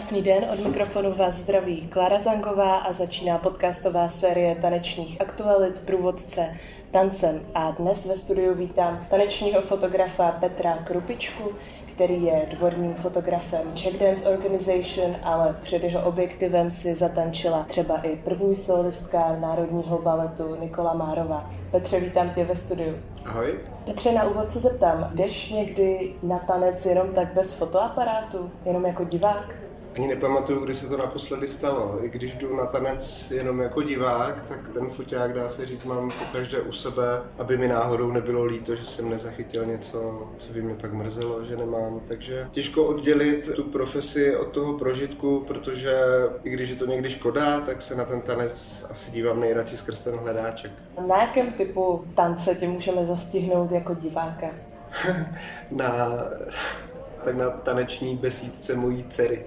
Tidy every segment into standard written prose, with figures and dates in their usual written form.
Krásný den, od mikrofonu vás zdraví Klára Zangová a začíná podcastová série tanečních aktualit Průvodce tancem. A dnes ve studiu vítám tanečního fotografa Petra Krupičku, který je dvorním fotografem Czech Dance Organization, ale před jeho objektivem si zatančila třeba i první solistka Národního baletu Nikola Márová. Petře, vítám tě ve studiu. Ahoj. Petře, na úvod se zeptám, jdeš někdy na tanec jenom tak bez fotoaparátu, jenom jako divák? Ani nepamatuju, kdy se to naposledy stalo. I když jdu na tanec jenom jako divák, tak ten foťák, dá se říct, mám pokaždé u sebe, aby mi náhodou nebylo líto, že jsem nezachytil něco, co by mě pak mrzelo, že nemám. Takže těžko oddělit tu profesi od toho prožitku, protože i když je to někdy škoda, tak se na ten tanec asi dívám nejradši skrz ten hledáček. Na jakém typu tance tě můžeme zastihnout jako diváka? Tak na taneční besídce mojí dcery.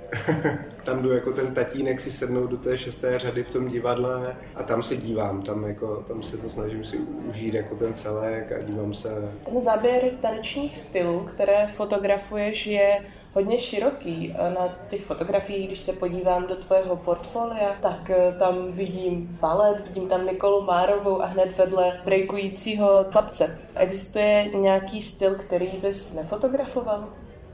Tam jdu jako ten tatínek si sednout do té 6. řady v tom divadle a tam se dívám, tam se to snažím si užít jako ten celek a dívám se. Ten záběr tanečních stylů, které fotografuješ, je hodně široký. Na těch fotografiích, když se podívám do tvého portfolia, tak tam vidím balet, vidím tam Nikolu Márovou a hned vedle breakujícího chlapce. Existuje nějaký styl, který bys nefotografoval?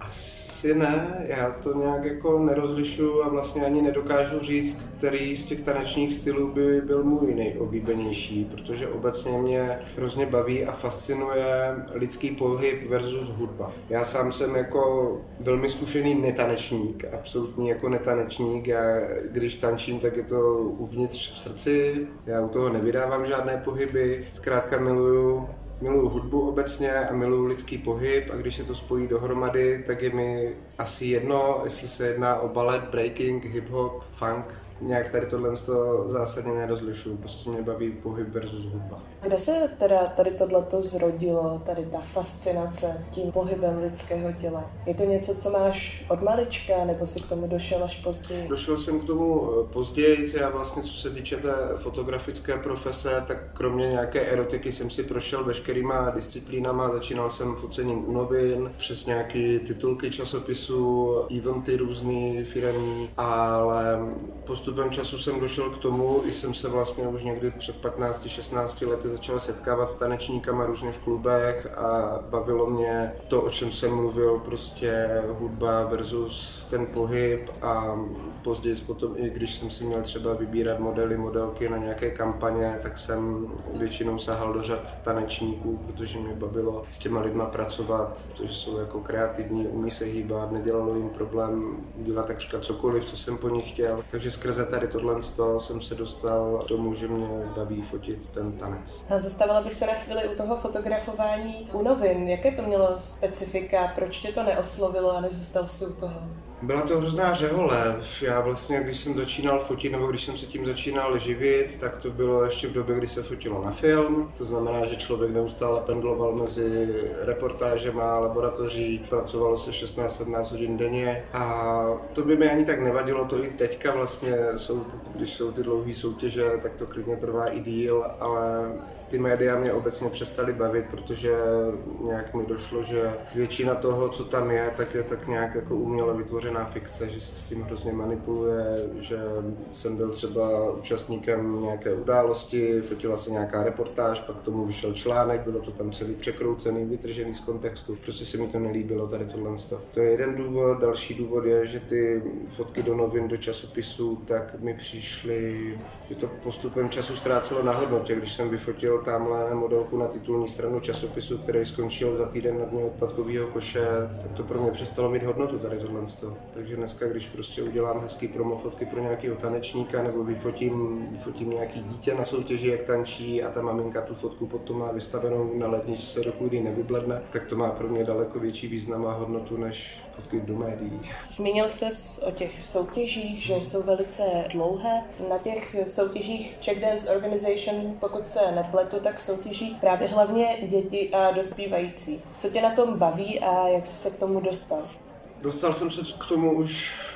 Asi ne, já to nějak jako nerozlišuju a vlastně ani nedokážu říct, který z těch tanečních stylů by byl můj nejoblíbenější, protože obecně mě hrozně baví a fascinuje lidský pohyb versus hudba. Já sám jsem jako velmi zkušený netanečník, absolutní jako netanečník. Já když tančím, tak je to uvnitř v srdci, já u toho nevydávám žádné pohyby, zkrátka miluju hudbu obecně a miluju lidský pohyb a když se to spojí dohromady, tak je mi asi jedno, jestli se jedná o balet, breaking, hip-hop, funk. Nějak tady tohle zásadně nerozlišuju, prostě mě baví pohyb versus hudba. Kde se teda tady tohleto zrodilo, tady ta fascinace tím pohybem lidského těla? Je to něco, co máš od malička, nebo jsi k tomu došel až později? Došel jsem k tomu později, já vlastně, co se týče té fotografické profese, tak kromě nějaké erotiky jsem si prošel veškerýma disciplínama, začínal jsem focením u novin, přes nějaké titulky časopisů, eventy různý, firemní, ale postupem času jsem došel k tomu, i jsem se vlastně už někdy před 15-16 lety začal setkávat s tanečníkama různě v klubech a bavilo mě to, o čem jsem mluvil, prostě hudba versus ten pohyb a později potom, i když jsem si měl třeba vybírat modelky na nějaké kampaně, tak jsem většinou sahal do řad tanečníků, protože mě bavilo s těma lidma pracovat, protože jsou jako kreativní, umí se hýbat, nedělalo jim problém udělat takřka cokoliv, co jsem po nich chtěl. Takže skrze tady tohle jsem se dostal k tomu, že mě baví fotit ten tanec. A zastavila bych se na chvíli u toho fotografování u novin. Jaké to mělo specifika? Proč tě to neoslovilo a nezůstal jsi u toho? Byla to hrozná řehole. Já vlastně, když jsem začínal fotit, nebo když jsem se tím začínal živit, tak to bylo ještě v době, kdy se fotilo na film. To znamená, že člověk neustále pendloval mezi reportážema, laboratoří, pracovalo se 16-17 hodin denně a to by mi ani tak nevadilo, to i teďka vlastně když jsou ty dlouhé soutěže, tak to klidně trvá i díl, ale ty média mě obecně přestaly bavit, protože nějak mi došlo, že většina toho, co tam je, tak je tak nějak jako uměle vytvořená fikce, že se s tím hrozně manipuluje, že jsem byl třeba účastníkem nějaké události, fotila se nějaká reportáž, pak k tomu vyšel článek, bylo to tam celý překroucený, vytržený z kontextu. Prostě se mi to nelíbilo tady tohle. To je jeden důvod, další důvod je, že ty fotky do novin, do časopisů, tak mi přišly, že to postupem času ztrácelo na hodnotě, když jsem vyfotil tamhle modelku na titulní stranu časopisu, který skončil za týden na dně odpadkového koše, tak to pro mě přestalo mít hodnotu tady tohle. Takže dneska, když prostě udělám hezký promofotky pro nějakého tanečníka nebo vyfotím nějaký dítě na soutěži, jak tančí a ta maminka tu fotku potom má vystavenou na ledničce, dokud ji nevybledne, tak to má pro mě daleko větší význam a hodnotu než fotky do médií. Zmínil ses o těch soutěžích, že jsou velice dlouhé. Na těch soutěžích Czech Dance Organization, pokud se nepletu, tak soutěží právě hlavně děti a dospívající. Co tě na tom baví a jak jsi se k tomu dostal? Dostal jsem se k tomu už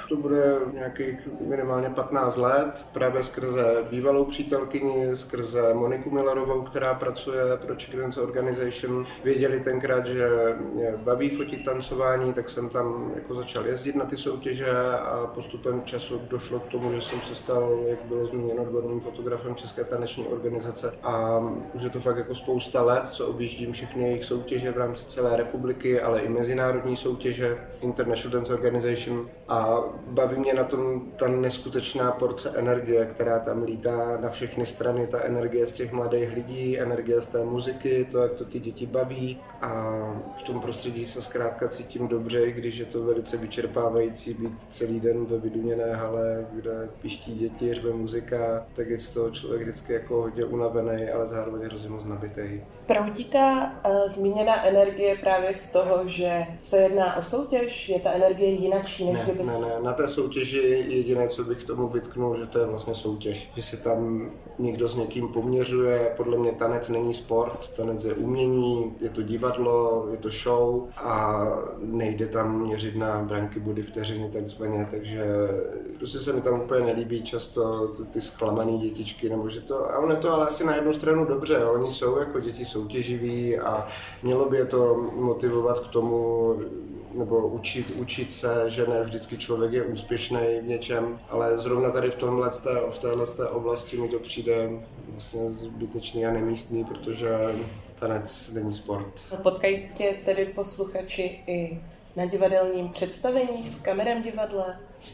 to bude nějakých minimálně 15 let, právě skrze bývalou přítelkyni, skrze Moniku Millerovou, která pracuje pro Czech Dance Organization. Věděli tenkrát, že mě baví fotit tancování, tak jsem tam jako začal jezdit na ty soutěže a postupem času došlo k tomu, že jsem se stal, jak bylo zmíněno, odborným fotografem České taneční organizace a už je to fakt jako spousta let, co objíždím všechny jejich soutěže v rámci celé republiky, ale i mezinárodní soutěže International Dance Organization a baví mě na tom ta neskutečná porce energie, která tam lítá na všechny strany, ta energie z těch mladých lidí, energie z té muziky, to, jak to ty děti baví a v tom prostředí se zkrátka cítím dobře, i když je to velice vyčerpávající být celý den ve vyduněné hale, kde piští děti, řve muzika, tak je z toho člověk vždycky jako hodně unavený, ale zároveň hrozně moc nabitej. Proudí ta zmíněná energie právě z toho, že se jedná o soutěž? Je ta energie jinačí, než kdyby... Ne, na té soutěži jediné, co bych tomu vytknul, že to je vlastně soutěž. Že se tam někdo s někým poměřuje, podle mě tanec není sport, tanec je umění, je to divadlo, je to show a nejde tam měřit na branky body vteřiny takzvaně, takže prostě se mi tam úplně nelíbí často ty zklamaný dětičky, nebo že to, a ono je to ale asi na jednu stranu dobře, oni jsou jako děti soutěživí a mělo by je to motivovat k tomu, nebo učit se, že ne vždycky člověk je úspěšný v něčem, ale zrovna tady v téhle oblasti mi to přijde vlastně zbytečný a nemístný, protože tanec není sport. Potkají tě tedy posluchači i na divadelním představení, v Kamerem divadle?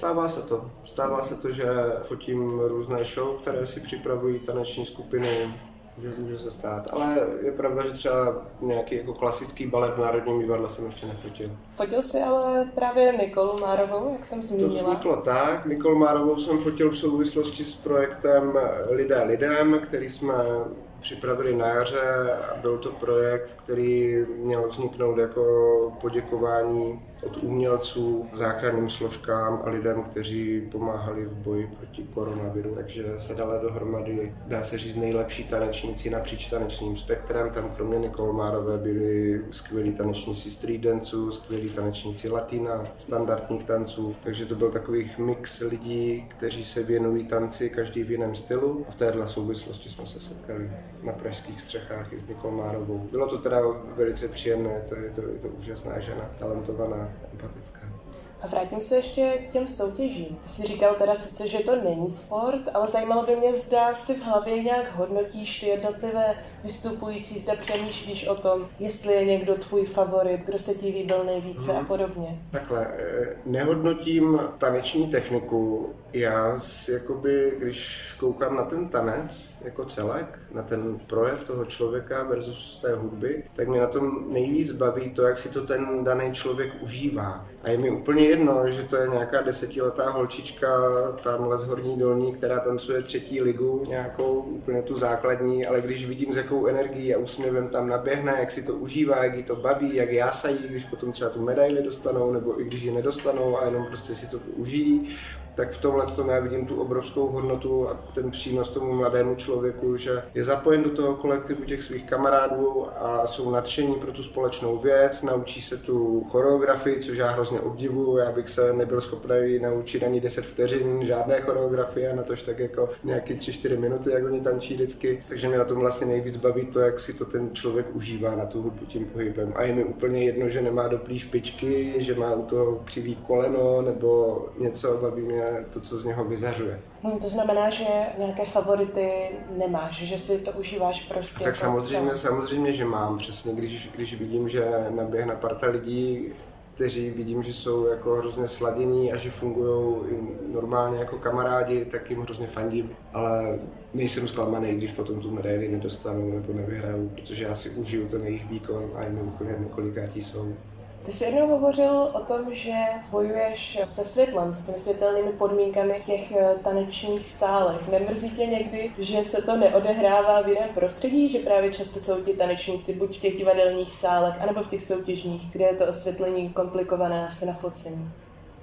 Stává se to, že fotím různé show, které si připravují taneční skupiny, může se stát, ale je pravda, že třeba nějaký jako klasický balet v Národním divadle jsem ještě nefotil. Fotil jsi ale právě Nikolu Márovou, jak jsem zmínila? To vzniklo tak. Nikolu Márovou jsem fotil v souvislosti s projektem Lidé lidem, který jsme připravili na jaře a byl to projekt, který měl vzniknout jako poděkování od umělců, záchranným složkám a lidem, kteří pomáhali v boji proti koronaviru. Takže se dala dohromady, dá se říct, nejlepší tanečníci napříč tanečním spektrem. Tam kromě Nikol Márové byli skvělí tanečníci street danců, skvělí tanečníci latina, standardních tanců. Takže to byl takových mix lidí, kteří se věnují tanci, každý v jiném stylu. A v téhle souvislosti jsme se setkali na pražských střechách i s Nikol Márovou. Bylo to teda velice příjemné, je to úžasná žena, talentovaná, empatická. A vrátím se ještě k těm soutěžím. Ty jsi říkal teda sice, že to není sport, ale zajímalo by mě, zda si v hlavě nějak hodnotíš ty jednotlivé vystupující, zda přemýšlíš o tom, jestli je někdo tvůj favorit, kdo se ti líbil nejvíce a podobně. Takhle, nehodnotím taneční techniku. Já jakoby, když koukám na ten tanec jako celek, na ten projev toho člověka versus té hudby, tak mě na tom nejvíc baví to, jak si to ten daný člověk užívá. A je mi úplně jedno, že to je nějaká 10letá holčička tamhle z Horní Dolní, která tancuje 3. ligu, nějakou úplně tu základní, ale když vidím, s jakou energií a úsměvem tam naběhne, jak si to užívá, jak jí to baví, jak jásají, když potom třeba tu medaili dostanou, nebo i když ji nedostanou a jenom prostě si to užijí, tak v tomhle tom já vidím tu obrovskou hodnotu a ten přínos tomu mladému člověku, že je zapojen do toho kolektivu těch svých kamarádů a jsou nadšení pro tu společnou věc, naučí se tu choreografii, což já hrozně obdivuju, já bych se nebyl schopný naučit ani 10 vteřin žádné choreografie, na tož tak jako nějaký 3-4 minuty, jak oni tančí vždycky. Takže mě na tom vlastně nejvíc baví to, jak si to ten člověk užívá na tu hudbu tím pohybem. A je mi úplně jedno, že nemá doplý špičky, že má u toho křivý koleno nebo něco, baví mě to, co z něho vyzařuje. To znamená, že nějaké favority nemáš, že si to užíváš prostě? Tak samozřejmě, že mám. Přesně, když vidím, že naběhne parta lidí, kteří vidím, že jsou jako hrozně sladění a že fungují normálně jako kamarádi, tak jim hrozně fandím. Ale nejsem zklamaný, když potom tu medaili nedostanu nebo nevyhraju, protože já si užiju ten jejich výkon a jim úplně jedno, kolikátí jsou. Ty jsi jednou hovořil o tom, že bojuješ se světlem, s těmi světelnými podmínkami v těch tanečních sálech. Nemrzí tě někdy, že se to neodehrává v jiném prostředí, že právě často jsou ti tanečníci buď v těch divadelních sálech, anebo v těch soutěžních, kde je to osvětlení komplikované asi na focení?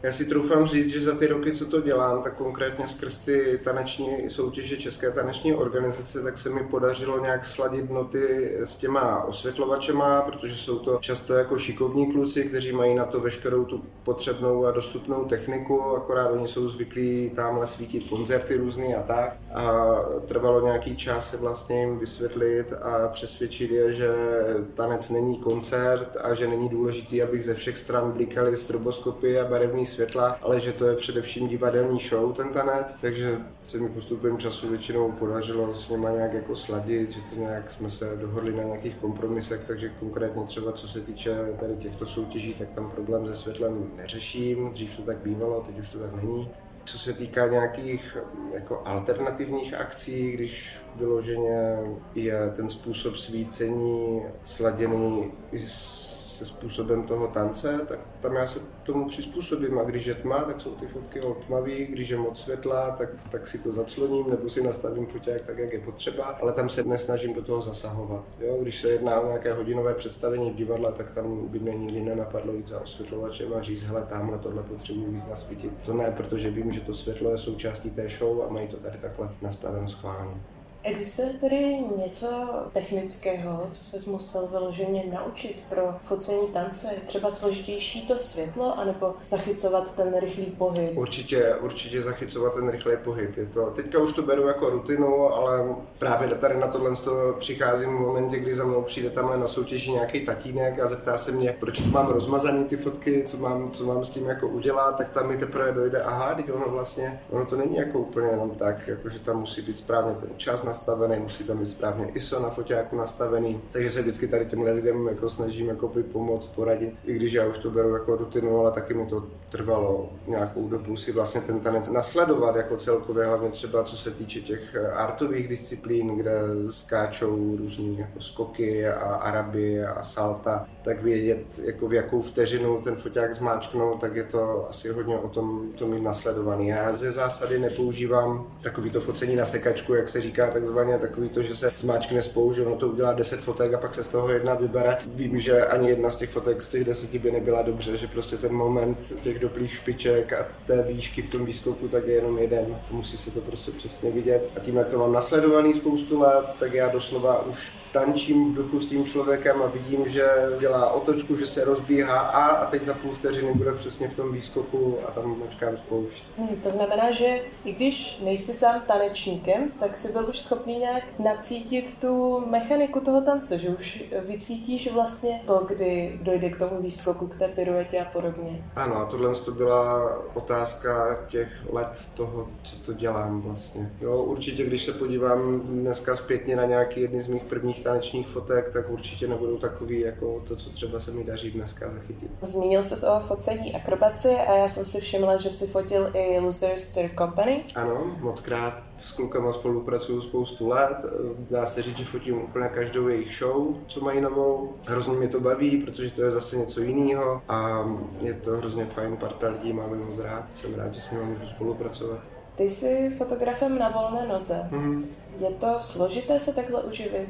Já si troufám říct, že za ty roky, co to dělám, tak konkrétně skrz ty taneční soutěže České taneční organizace, tak se mi podařilo nějak sladit noty s těma osvětlovačema, protože jsou to často jako šikovní kluci, kteří mají na to veškerou tu potřebnou a dostupnou techniku, akorát oni jsou zvyklí tamhle svítit koncerty různý a tak. A trvalo nějaký čas se vlastně jim vysvětlit a přesvědčit je, že tanec není koncert a že není důležitý, abych ze všech stran blikaly stroboskopy a barevný světla, ale že to je především divadelní show, ten tanec. Takže se mi postupem času většinou podařilo s nima nějak jako sladit, že to nějak jsme se dohodli na nějakých kompromisech, takže konkrétně třeba co se týče tady těchto soutěží, tak tam problém se světlem neřeším. Dřív to tak bývalo, teď už to tak není. Co se týká nějakých jako alternativních akcí, když vyloženě je ten způsob svícení sladěný se způsobem toho tance, tak tam já se tomu přizpůsobím a když je tma, tak jsou ty fotky tmavý, když je moc světla, tak si to zacloním nebo si nastavím foťák tak, jak je potřeba, ale tam se nesnažím do toho zasahovat. Jo? Když se jedná o nějaké hodinové představení v divadle, tak tam by mě nikdy nenapadlo jít za osvětlovačem a říct, hele, tamhle tohle potřebuji víc nasvítit. To ne, protože vím, že to světlo je součástí té show a mají to tady takhle nastaveno schválně. Existuje tedy něco technického, co ses musel vyloženě naučit pro focení tance? Třeba složitější to světlo, anebo zachycovat ten rychlý pohyb? Určitě zachycovat ten rychlý pohyb. Teďka už to beru jako rutinu, ale právě tady na tohle přicházím v momentě, kdy za mnou přijde tamhle na soutěži nějaký tatínek a zeptá se mě, proč to mám rozmazaný ty fotky, co mám s tím jako udělat, tak tam mi teprve dojde, aha, teď ono to není jako úplně jenom tak, jakože tam musí být správně ten čas nastavený, musí tam být správně ISO na foťáku nastavený, takže se vždycky tady těmhle lidem jako snažím jako pomoct, poradit, i když já už to beru jako rutinu, ale taky mi to trvalo nějakou dobu si vlastně ten tanec nasledovat jako celkově, hlavně třeba co se týče těch artových disciplín, kde skáčou různý jako skoky a araby a salta, tak vědět, jako v jakou vteřinu ten foťák zmáčknou, tak je to asi hodně o tom to mít nasledovaný. Já ze zásady nepoužívám takovýto focení na sekačku, jak se říká, takzvaně takový to, že se zmáčkne spolu, že ono to udělá 10 fotek a pak se z toho jedna vybere. Vím, že ani jedna z těch fotek z těch 10 by nebyla dobře, že prostě ten moment těch doplých špiček a té výšky v tom výskoku tak je jenom jeden. Musí se to prostě přesně vidět. A tím, jak to mám nasledovaný spoustu let, tak já doslova už tančím v duchu s tím člověkem a vidím, že dělá otočku, že se rozbíhá a teď za půl vteřiny bude přesně v tom výskoku a tam mačkám spoušť. To znamená, že i když nejsi sám tanečníkem, tak si byl už schopný nějak nacítit tu mechaniku toho tance, že už vycítíš vlastně to, kdy dojde k tomu výskoku, k té piruetě a podobně. Ano, a tohle to byla otázka těch let toho, co to dělám vlastně. Jo, určitě, když se podívám dneska zpětně na nějaký jedny z mých prvních tanečních fotek, tak určitě nebudou takový jako to, co třeba se mi daří dneska zachytit. Zmínil jsi o focení akrobaci a já jsem si všimla, že jsi fotil i Losers Cirque Company. Ano, moc krát. S klukama spolupracuju spoustu let. Dá se říct, že fotím úplně každou jejich show, co mají novou. Hrozně mě to baví, protože to je zase něco jiného a je to hrozně fajn parta lidí, máme moc rád. Jsem rád, že s nimi můžu spolupracovat. Ty jsi fotografem na volné noze. Je to složité se takhle uživit?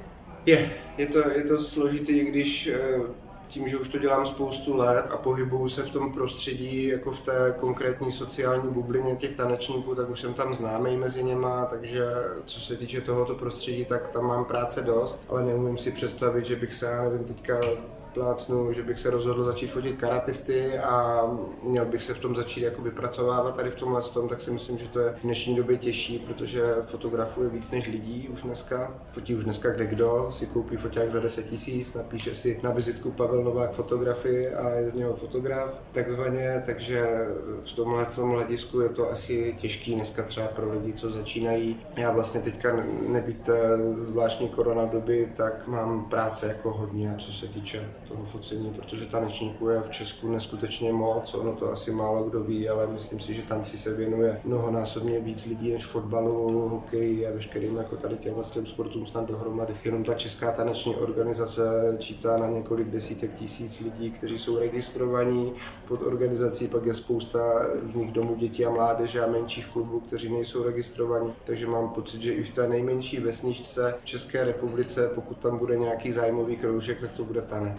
Je to složitý, když tím, že už to dělám spoustu let a pohybuju se v tom prostředí, jako v té konkrétní sociální bublině těch tanečníků, tak už jsem tam známý mezi něma, takže co se týče tohoto prostředí, tak tam mám práce dost, ale neumím si představit, že bych se, já nevím, teďka plácnu, že bych se rozhodl začít fotit karatisty a měl bych se v tom začít jako vypracovávat tady v tomhle tom, tak si myslím, že to je v dnešní době těžší, protože fotografuje víc než lidí už dneska. Fotí už dneska kdekdo, si koupí foťák za 10 000, napíše si na vizitku Pavel Novák fotografii a je z něho fotograf takzvaně, takže v tomhle hledisku je to asi těžký dneska třeba pro lidi, co začínají. Já vlastně teďka nebýt zvláštní korona doby, tak mám práce jako hodně, co se týče toho focení, protože tanečníků je v Česku neskutečně moc, ono to asi málo kdo ví, ale myslím si, že tanci se věnuje mnohonásobně víc lidí než fotbalu, hokeji a veškerým jako tady těm sportům snad dohromady. Jenom ta Česká taneční organizace čítá na několik desítek tisíc lidí, kteří jsou registrovaní pod organizací, pak je spousta různých domů dětí a mládeže a menších klubů, kteří nejsou registrovaní, takže mám pocit, že i v té nejmenší vesničce v České republice, pokud tam bude nějaký zájmový kroužek, tak to bude tanec.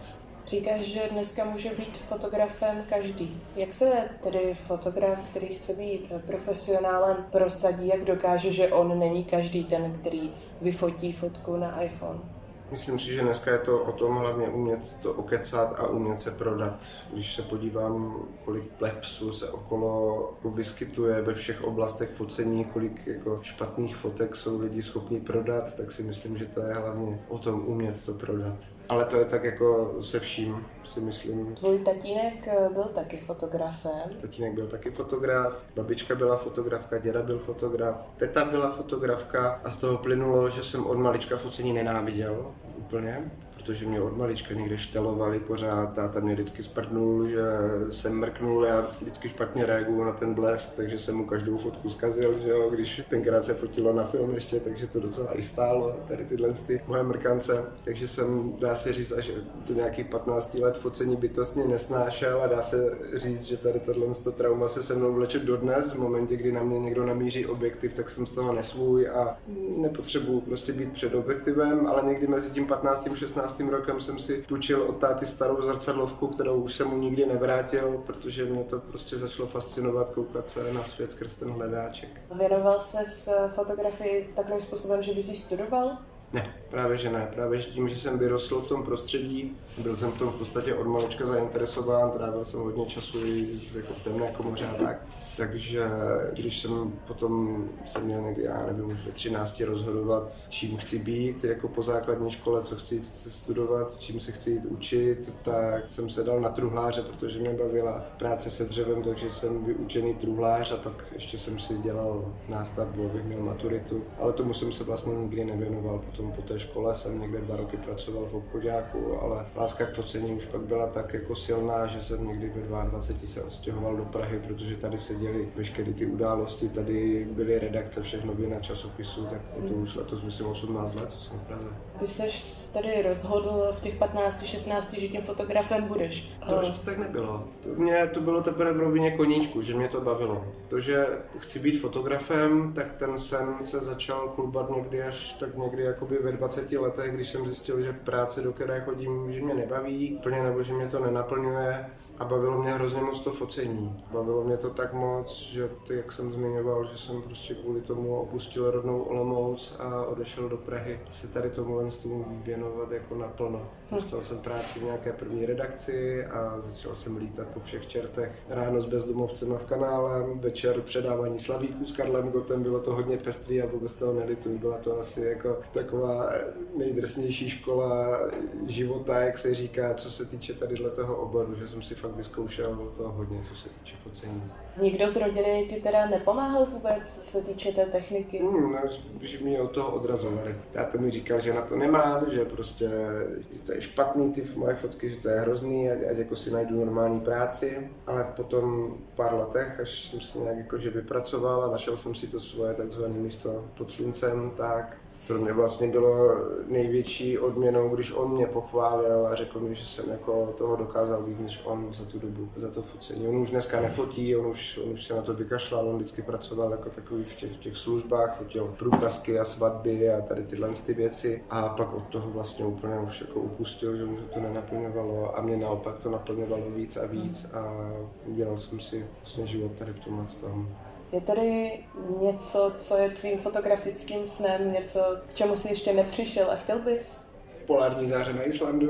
Říkáš, že dneska může být fotografem každý. Jak se tedy fotograf, který chce být profesionálem, prosadí, jak dokáže, že on není každý ten, který vyfotí fotku na iPhone? Myslím si, že dneska je to o tom hlavně umět to okecat a umět se prodat. Když se podívám, kolik plebsů se okolo vyskytuje ve všech oblastech focení, kolik jako špatných fotek jsou lidi schopni prodat, tak si myslím, že to je hlavně o tom umět to prodat. Ale to je tak jako se vším, si myslím. Tvůj tatínek byl taky fotografem. Tatínek byl taky fotograf, babička byla fotografka, děda byl fotograf, teta byla fotografka a z toho plynulo, že jsem od malička focení nenáviděl úplně, protože mě od malička někde štelovali pořád, táta mě vždycky sprdnul, že jsem mrknul, já vždycky špatně reaguju na ten blesk, takže jsem mu každou fotku zkazil, že jo, když tenkrát se fotilo na film ještě, takže to docela i stálo, tady tyhle moje mrkance, takže jsem, dá se říct, až do nějakých 15 let focení bytostně nesnášel a dá se říct, že tady tohle trauma se mnou vleče dodnes, v momentě, kdy na mě někdo namíří objektiv, tak jsem z toho nesvůj a nepotřebuju prostě být před objektivem, ale někdy mezi tím 15. a 16. rokem jsem si půjčil od táty starou zrcadlovku, kterou už jsem mu nikdy nevrátil, protože mě to prostě začalo fascinovat koukat se na svět skrz ten hledáček. Věnoval ses fotografii takovým způsobem, že bys ji studoval? Ne, právě že ne. Právě že tím, že jsem vyrostl v tom prostředí, byl jsem v tom v podstatě od malička zainteresován, trávil jsem hodně času jako v temné komoře a tak. Takže když jsem potom měl někdy, já nevím, už ve 13 rozhodovat, čím chci být jako po základní škole, co chci studovat, čím se chci jít učit, tak jsem se dal na truhláře, protože mě bavila práce se dřevem, takže jsem vyučený truhlář a pak ještě jsem si dělal nástavbu, abych měl maturitu, ale tomu jsem se vlastně nikdy nevěnoval. Potom po té škole jsem někde 2 roky pracoval v obchoďáku, ale láska k focení už pak byla tak jako silná, že jsem někdy ve 22 se odstěhoval do Prahy, protože tady se děly veškeré ty události, tady byly redakce všech novin a časopisů, tak je to už letos myslím 18 let, co jsem v Praze. Když jsi tady rozhodl v těch 15-16, že tím fotografem budeš? To už tak nebylo. To bylo teprve v rovině koníčku, že mě to bavilo. To, že chci být fotografem, tak ten sen se začal klubat někdy až tak někdy jakoby ve 20 letech, když jsem zjistil, že práce, do které chodím, že mě nebaví úplně, nebo že mě to nenaplňuje. A bavilo mě hrozně moc to focení. Bavilo mě to tak moc, že jak jsem zmiňoval, že jsem prostě kvůli tomu opustil rodnou Olomouc a odešel do Prahy se tady tomu věnovat jako naplno. Dostal jsem práci v nějaké první redakci a začal jsem lítat po všech čertech. Ráno s bezdomovcema v kanále, večer předávání slavíků s Karlem Gottem, bylo to hodně pestrý a vůbec toho nelituji. Byla to asi jako taková nejdrsnější škola života, jak se říká, co se týče tady toho oboru, že jsem si fakt vyzkoušel toho hodně, co se týče focení. Nikdo z rodiny ti teda nepomáhal vůbec, co se týče té techniky? Že mě od toho odrazovali. Táta mi říkal, že na to nemám, že prostě že to je špatný ty moje fotky, že to je hrozný, ať jako si najdu normální práci. Ale potom pár letech, až jsem si nějak jakože vypracoval a našel jsem si to svoje takzvané místo pod sluncem, tak pro mě vlastně bylo největší odměnou, když on mě pochválil a řekl mi, že jsem jako toho dokázal víc než on za tu dobu, za to focení. On už dneska nefotí, on už se na to vykašlal, on vždycky pracoval jako takový v těch službách, fotil průkazky a svatby a tady tyhle ty věci. A pak od toho vlastně úplně už jako upustil, že mu to nenaplňovalo a mě naopak to naplňovalo víc a víc a udělal jsem si vlastně život tady v tomhle stavu. Je tady něco, co je tvým fotografickým snem, něco, k čemu jsi ještě nepřišel a chtěl bys? Polární záře na Islandu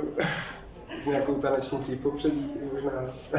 s nějakou tanečnicí v popředí možná.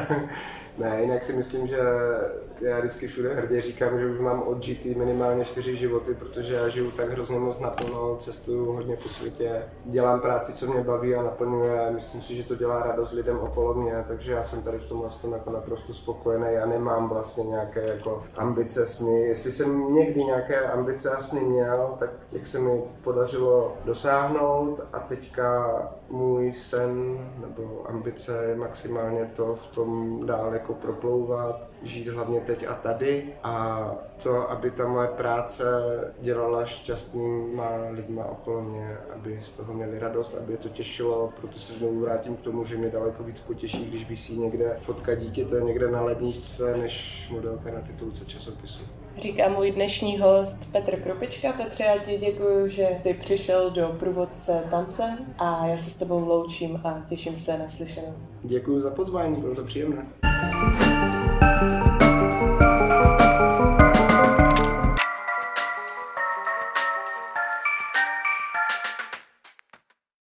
Ne, jinak si myslím, že já vždycky všude hrdě říkám, že už mám odžitý minimálně 4 životy, protože já žiju tak hrozně moc naplno, cestuju hodně po světě, dělám práci, co mě baví a naplňuje, myslím si, že to dělá radost lidem okolo mě, takže já jsem tady v tomhle jako naprosto spokojený, já nemám vlastně nějaké jako ambice, sny. Jestli jsem někdy nějaké ambice a sny měl, tak těch se mi podařilo dosáhnout a teďka můj sen nebo ambice je maximálně to v tom dál jako proplouvat, žít hlavně teď a tady a to, aby ta moje práce dělala šťastnýma lidma okolo mě, aby z toho měli radost, aby je to těšilo, proto se znovu vrátím k tomu, že mě daleko víc potěší, když visí někde fotka dítěte někde na ledničce, než modelka na titulce časopisu. Říká můj dnešní host Petr Krupička. Petře, já ti děkuji, že jsi přišel do Průvodce tancem a já se s tebou loučím a těším se na slyšenou. Děkuji za pozvání, bylo to příjemné.